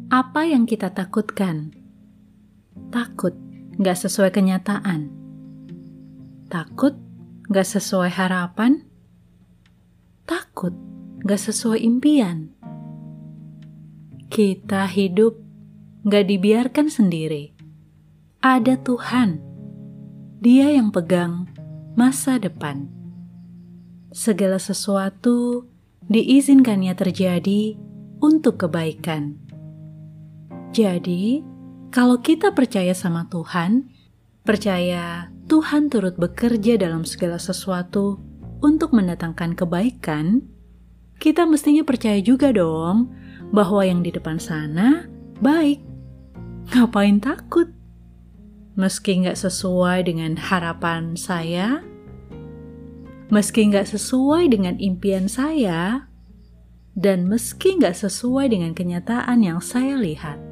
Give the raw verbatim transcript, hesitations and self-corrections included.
Apa yang kita takutkan? Takut gak sesuai kenyataan. Takut gak sesuai harapan. Takut gak sesuai impian. Kita hidup gak dibiarkan sendiri. Ada Tuhan. Dia yang pegang masa depan. Segala sesuatu diizinkannya terjadi untuk kebaikan. Jadi, kalau kita percaya sama Tuhan, percaya Tuhan turut bekerja dalam segala sesuatu untuk mendatangkan kebaikan, kita mestinya percaya juga dong bahwa yang di depan sana baik. Ngapain takut? Meski nggak sesuai dengan harapan saya, meski nggak sesuai dengan impian saya, dan meski nggak sesuai dengan kenyataan yang saya lihat.